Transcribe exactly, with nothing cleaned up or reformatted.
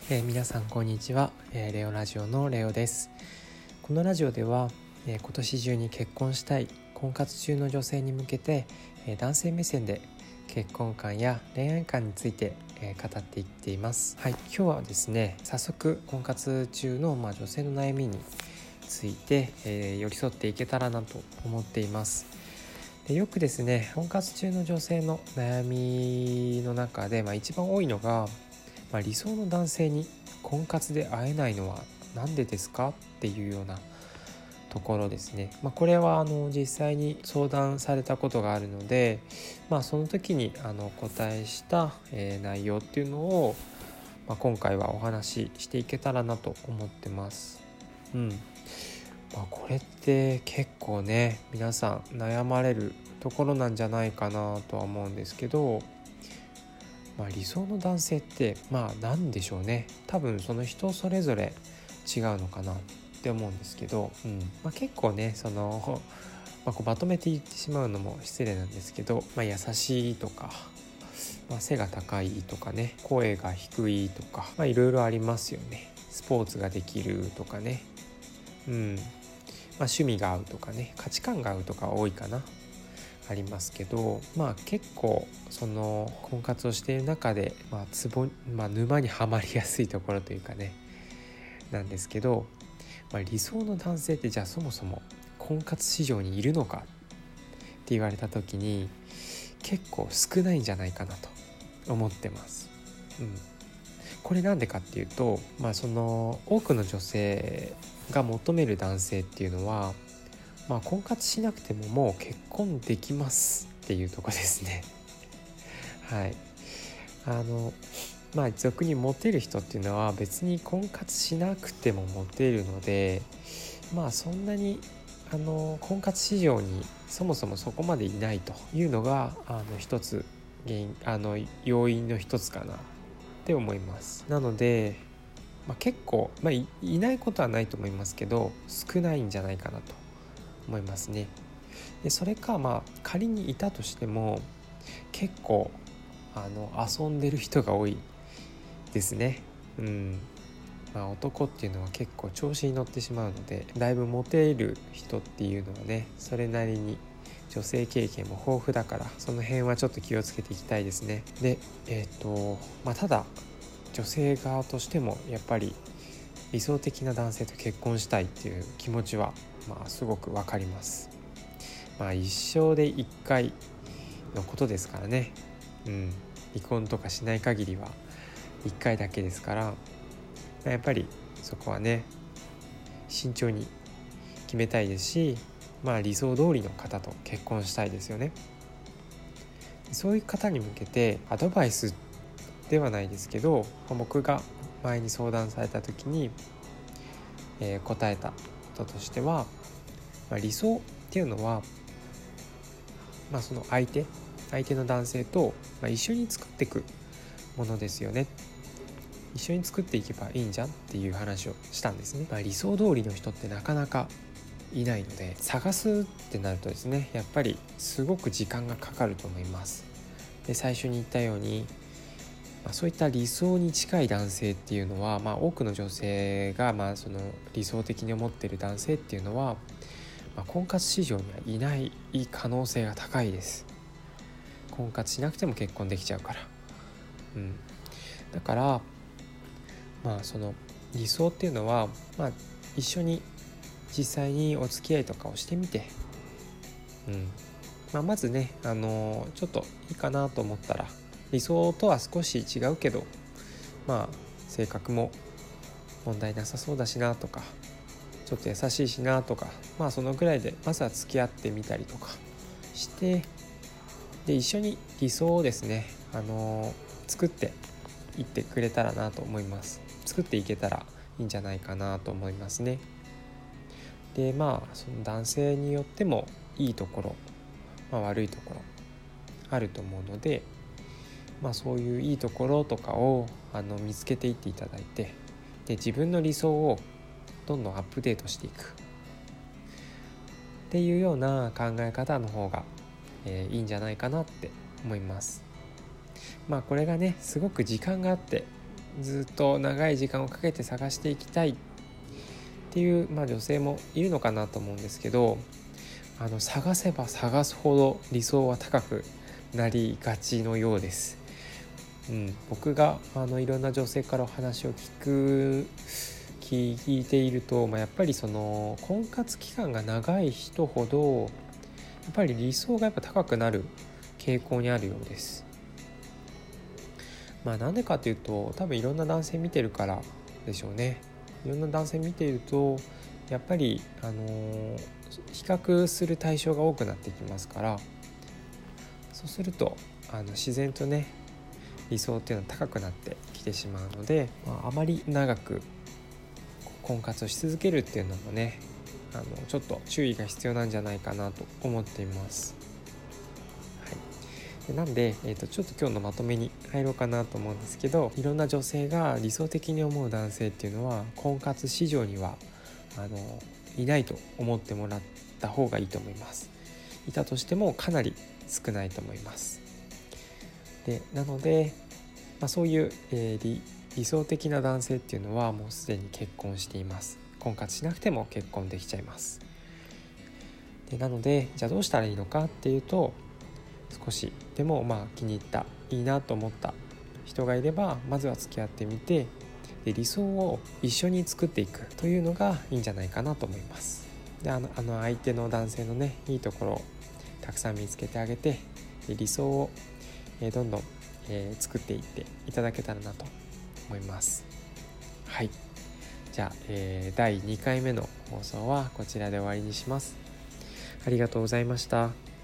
えー、皆さんこんにちは、えー、レオラジオのレオです。このラジオでは、えー、今年中に結婚したい婚活中の女性に向けて、えー、男性目線で結婚観や恋愛観について、えー、語っていっています。はい、今日はですね早速婚活中の、まあ、女性の悩みについて、えー、寄り添っていけたらなと思っています。でよくですね婚活中の女性の悩みの中で、まあ、一番多いのがまあ、理想の男性に婚活で会えないのは何でですかっていうようなところですね。まあ、これはあの実際に相談されたことがあるので、まあ、その時にあのお答えした、えー、内容っていうのを、まあ、今回はお話ししていけたらなと思ってます。うんまあ、これって結構ね皆さん悩まれるところなんじゃないかなとは思うんですけど、まあ、理想の男性ってまあ何でしょうね。多分その人それぞれ違うのかなって思うんですけど、うんまあ、結構ねその、まあ、こうまとめて言ってしまうのも失礼なんですけど、まあ、優しいとか、まあ、背が高いとかね声が低いとか、まあ、いろいろありますよね。スポーツができるとかね、うんまあ、趣味が合うとかね価値観が合うとか多いかなありますけど、まあ結構その婚活をしている中で、まあツボ、まあ、沼にはまりやすいところというかねなんですけど、まあ、理想の男性ってじゃあそもそも婚活市場にいるのかって言われた時に結構少ないんじゃないかなと思ってます。うん、これなんでかっていうと、まあ、その多くの女性が求める男性っていうのはまあ、婚活しなくてももう結婚できますっていうところですね。はい。あのまあ俗にモテる人っていうのは別に婚活しなくてもモテるので、まあそんなにあの婚活市場にそもそもそこまでいないというのがあの一つ原因あの要因の一つかなって思います。なので、まあ、結構、まあ、い, いないことはないと思いますけど少ないんじゃないかなと思いますね。でそれかまあ仮にいたとしても結構あの遊んでる人が多いですね。うんまあ、男っていうのは結構調子に乗ってしまうのでだいぶモテる人っていうのはねそれなりに女性経験も豊富だからその辺はちょっと気をつけていきたいですね。でえっ、ー、とまあただ女性側としてもやっぱり理想的な男性と結婚したいっていう気持ちはまあすごくわかります。まあ一生で一回のことですからね。うん、離婚とかしない限りは一回だけですからやっぱりそこはね慎重に決めたいですし、まあ理想通りの方と結婚したいですよね。そういう方に向けてアドバイスではないですけど僕が前に相談された時に、えー、答えたこととしては、まあ、理想っていうのは、まあ、その相手相手の男性と、まあ、一緒に作っていくものですよね。一緒に作っていけばいいんじゃんっていう話をしたんですね。まあ、理想通りの人ってなかなかいないので探すってなるとですねやっぱりすごく時間がかかると思います。で最初に言ったようにまあ、そういった理想に近い男性っていうのは、まあ、多くの女性がまあその理想的に思っている男性っていうのは、まあ、婚活市場にはいない可能性が高いです。婚活しなくても結婚できちゃうから、うん、だからまあその理想っていうのは、まあ、一緒に実際にお付き合いとかをしてみて、うんまあ、まずね、あのー、ちょっといいかなと思ったら理想とは少し違うけどまあ性格も問題なさそうだしなとかちょっと優しいしなとかまあそのぐらいでまずは付き合ってみたりとかしてで一緒に理想をですね、あのー、作っていってくれたらなと思います。作っていけたらいいんじゃないかなと思いますね。でまあその男性によってもいいところ、まあ、悪いところあると思うのでまあ、そういういいところとかをあの見つけていっていただいてで自分の理想をどんどんアップデートしていくっていうような考え方の方が、えー、いいんじゃないかなって思います。まあこれがねすごく時間があってずっと長い時間をかけて探していきたいっていう、まあ、女性もいるのかなと思うんですけど、あの探せば探すほど理想は高くなりがちのようです。うん、僕があのいろんな女性からお話を聞く聞いていると、まあ、やっぱりその婚活期間が長い人ほどやっぱり理想がやっぱ高くなる傾向にあるようです。まあなんでかというと、多分いろんな男性見てるからでしょうね。いろんな男性見ているとやっぱり、あのー、比較する対象が多くなってきますから、そうするとあの自然とね理想っていうのは高くなってきてしまうので、まあ、あまり長く婚活をし続けるっていうのもね、あのちょっと注意が必要なんじゃないかなと思っています。はい、なんで、えーと、ちょっと今日のまとめに入ろうかなと思うんですけど、いろんな女性が理想的に思う男性っていうのは婚活市場にはあのいないと思ってもらった方がいいと思います。いたとしてもかなり少ないと思います。でなので、まあ、そういう、えー、理, 理想的な男性っていうのはもうすでに結婚しています。婚活しなくても結婚できちゃいます。でなのでじゃあどうしたらいいのかっていうと、少しでもまあ気に入ったいいなと思った人がいればまずは付き合ってみて、で理想を一緒に作っていくというのがいいんじゃないかなと思います。であの、あの相手の男性のねいいところをたくさん見つけてあげて、で理想をえー、どんどん、えー、作っていっていただけたらなと思います。はい、じゃあ、えー、だいにかいめの放送はこちらで終わりにします。ありがとうございました。